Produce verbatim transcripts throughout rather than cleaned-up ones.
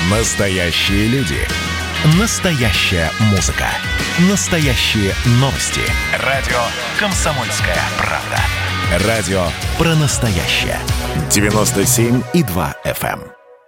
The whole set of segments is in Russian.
Настоящие люди. Настоящая музыка. Настоящие новости. Радио «Комсомольская правда». Радио про настоящее. девяносто семь и два эф эм.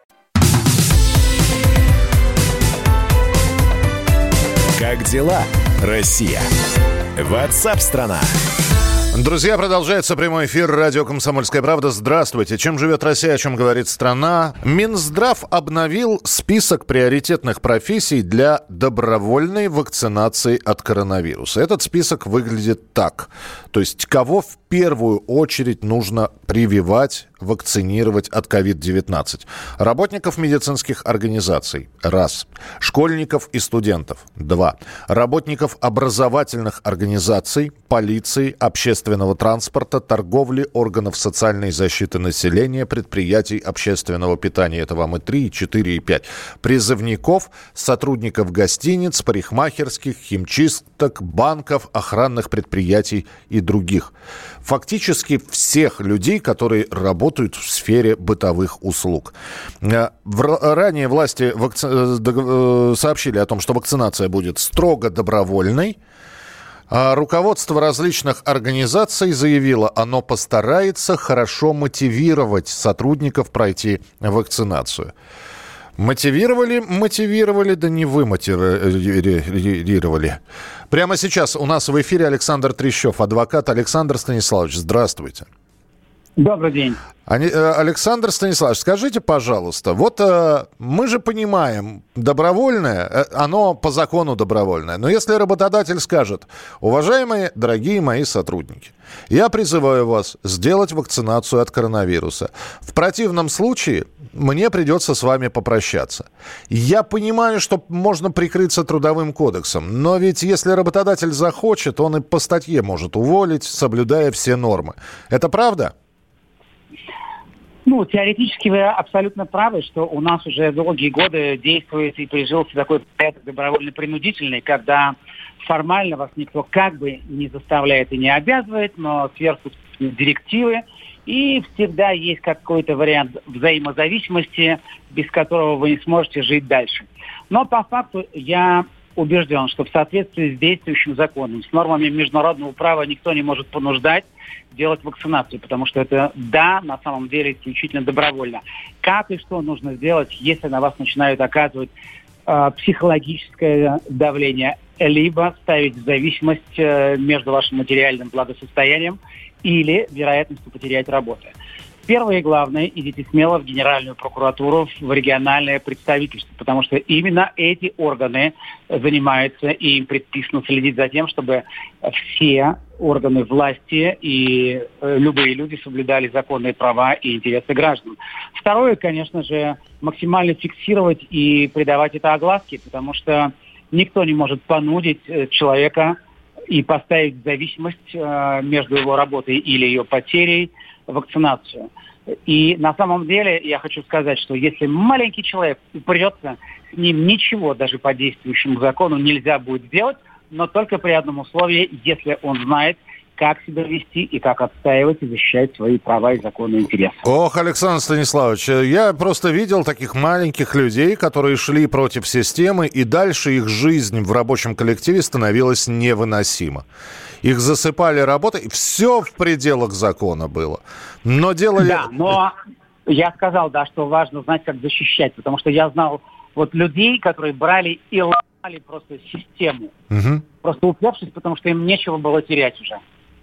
Как дела, Россия? Ватсап-страна! Друзья, продолжается прямой эфир радио «Комсомольская правда». Здравствуйте. Чем живет Россия, о чем говорит страна? Минздрав обновил список приоритетных профессий для добровольной вакцинации от коронавируса. Этот список выглядит так. То есть, кого в первую очередь нужно прививать, вакцинировать от ковид девятнадцать? Работников медицинских организаций – раз. Школьников и студентов – два. Работников образовательных организаций, полиции, общественного транспорта, торговли, органов социальной защиты населения, предприятий общественного питания. Это вам и три, и четыре, и пять. Призывников, сотрудников гостиниц, парикмахерских, химчисток, банков, охранных предприятий и других. Фактически всех людей, которые работают в сфере бытовых услуг. Ранее власти вакци... сообщили о том, что вакцинация будет строго добровольной. А руководство различных организаций заявило, оно постарается хорошо мотивировать сотрудников пройти вакцинацию. Мотивировали, мотивировали, да не вымотивировали. Прямо сейчас у нас в эфире Александр Трещев, адвокат. Александр Станиславович, здравствуйте. Добрый день. Александр Станиславович, скажите, пожалуйста, вот э, мы же понимаем, добровольное, э, оно по закону добровольное, но если работодатель скажет: уважаемые, дорогие мои сотрудники, я призываю вас сделать вакцинацию от коронавируса. В противном случае мне придется с вами попрощаться. Я понимаю, что можно прикрыться трудовым кодексом, но ведь если работодатель захочет, он и по статье может уволить, соблюдая все нормы. Это правда? Ну, теоретически вы абсолютно правы, что у нас уже долгие годы действует и прижился такой порядок добровольно-принудительный, когда формально вас никто как бы не заставляет и не обязывает, но сверху директивы, и всегда есть какой-то вариант взаимозависимости, без которого вы не сможете жить дальше. Но по факту я убежден, что в соответствии с действующим законом, с нормами международного права никто не может понуждать делать вакцинацию, потому что это, да, на самом деле исключительно добровольно. Как и что нужно сделать, если на вас начинают оказывать э, психологическое давление, либо ставить в зависимость э, между вашим материальным благосостоянием или вероятностью потерять работу. Первое и главное, идите смело в Генеральную прокуратуру, в региональное представительство, потому что именно эти органы занимаются, и им предписано следить за тем, чтобы все органы власти и э, любые люди соблюдали законные права и интересы граждан. Второе, конечно же, максимально фиксировать и придавать это огласке, потому что никто не может понудить э, человека и поставить в зависимость э, между его работой или ее потерей вакцинацию. И на самом деле я хочу сказать, что если маленький человек упрется, с ним ничего даже по действующему закону нельзя будет сделать, но только при одном условии, если он знает, как себя вести и как отстаивать и защищать свои права и законные интересы. Ох, Александр Станиславович, я просто видел таких маленьких людей, которые шли против системы, и дальше их жизнь в рабочем коллективе становилась невыносима. Их засыпали работой, все в пределах закона было. Но делали... Да, но я сказал, да, что важно знать, как защищать, потому что я знал вот людей, которые брали и ломали просто систему, угу. просто упершись, потому что им нечего было терять уже.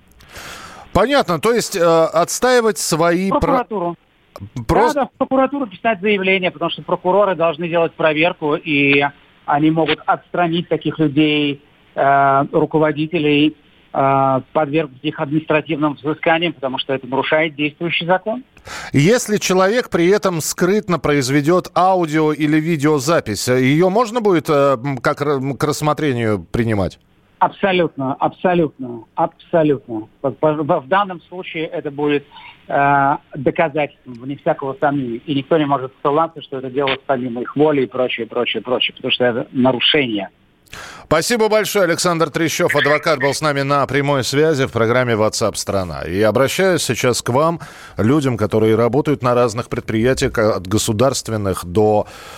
Понятно, то есть э, отстаивать свои права... Прокуратуру. Просто... Да, да, в прокуратуру писать заявление, потому что прокуроры должны делать проверку, и они могут отстранить таких людей, э, руководителей, э, подвергнуть их административным взысканиям, потому что это нарушает действующий закон. Если человек при этом скрытно произведет аудио или видеозапись, ее можно будет э, как к рассмотрению принимать? Абсолютно, абсолютно, абсолютно. В данном случае это будет э, доказательством, вне всякого сомнения. И никто не может ссылаться, что это делалось помимо их воли и прочее, прочее, прочее, потому что это нарушение. Спасибо большое. Александр Трещев, адвокат, был с нами на прямой связи в программе WhatsApp страна. И обращаюсь сейчас к вам, людям, которые работают на разных предприятиях, от государственных до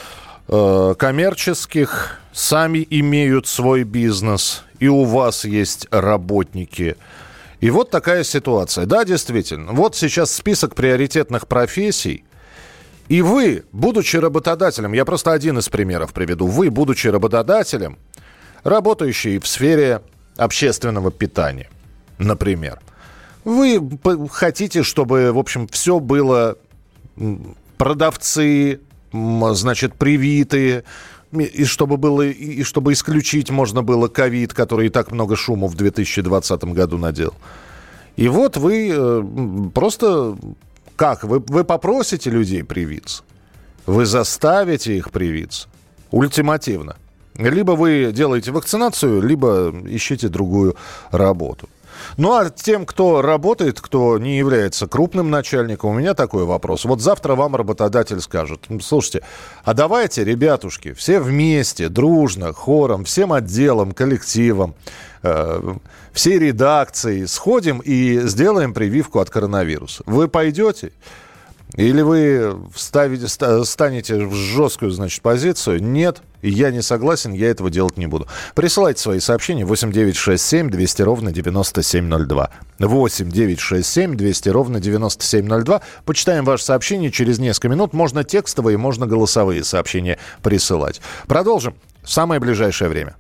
э, коммерческих, сами имеют свой бизнес, и у вас есть работники. И вот такая ситуация. Да, действительно. Вот сейчас список приоритетных профессий. И вы, будучи работодателем, я просто один из примеров приведу. Вы, будучи работодателем, работающий в сфере общественного питания, например. Вы хотите, чтобы, в общем, все было продавцы, значит, привитые, и чтобы было, и чтобы исключить можно было ковид, который и так много шума в две тысячи двадцатом году наделал. И вот вы просто... Как? Вы, вы попросите людей привиться? Вы заставите их привиться? Ультимативно. Либо вы делаете вакцинацию, либо ищите другую работу. Ну, а тем, кто работает, кто не является крупным начальником, у меня такой вопрос. Вот завтра вам работодатель скажет: слушайте, а давайте, ребятушки, все вместе, дружно, хором, всем отделом, коллективом, э, всей редакцией сходим и сделаем прививку от коронавируса. Вы пойдете? Или вы вставите, станете в жесткую, значит, позицию? Нет, я не согласен, я этого делать не буду. Присылайте свои сообщения восемь девятьсот шестьдесят семь двести ровно девяносто семь ноль два. восемь девятьсот шестьдесят семь двести ровно девяносто семь ноль два. Почитаем ваши сообщения через несколько минут. Можно текстовые, можно голосовые сообщения присылать. Продолжим в самое ближайшее время.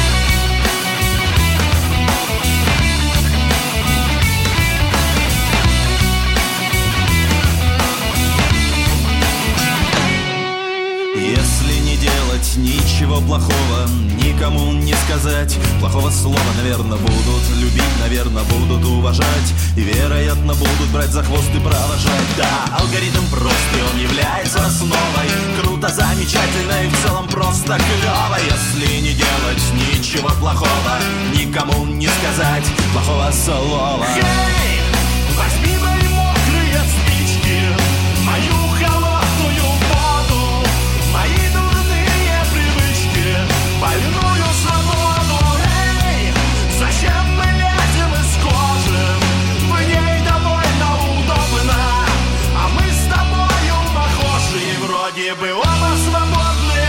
Если не делать ничего плохого, никому не сказать плохого слова, наверное, будут любить, наверное, будут уважать и, вероятно, будут брать за хвост и провожать. Да, алгоритм прост, и он является основой. Круто, замечательно и в целом просто клево. Если не делать ничего плохого, никому не сказать плохого слова. Эй, возьми мои мокрые спички, мою холодную воду, мои дурные привычки, больную свободу. Эй, зачем мы лезем из кожи? В ней довольно удобно, а мы с тобою похожи и вроде бы оба свободны.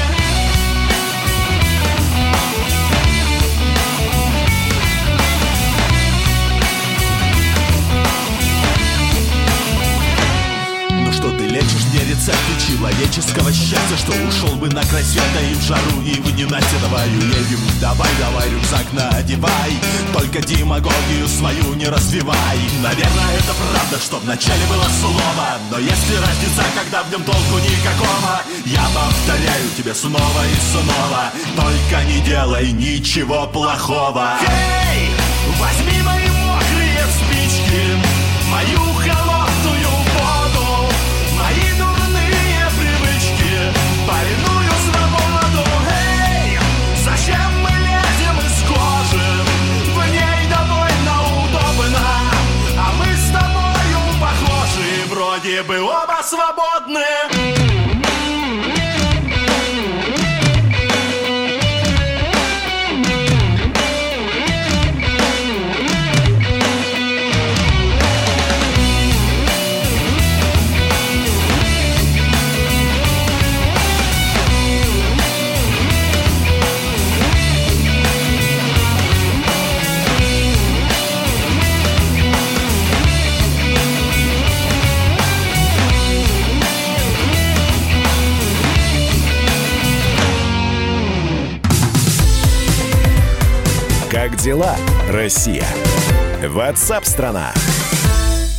Лечишь мне рецепты человеческого счастья, что ушел бы на край света и в жару, и в ненастье. Давай уедем, давай, давай, рюкзак надевай, только демагогию свою не развивай. Наверное, это правда, что вначале было слово, но если разница, когда в нем толку никакого, я повторяю тебе снова и снова: только не делай ничего плохого. Эй, возьми мои мокрые спички, мою холодную воду, мои дурные привычки, больную свободу. Эй, зачем мы лезем из кожи? В ней довольно удобно, а мы с тобою похожи, вроде бы оба свободны. Как дела, Россия? WhatsApp-страна.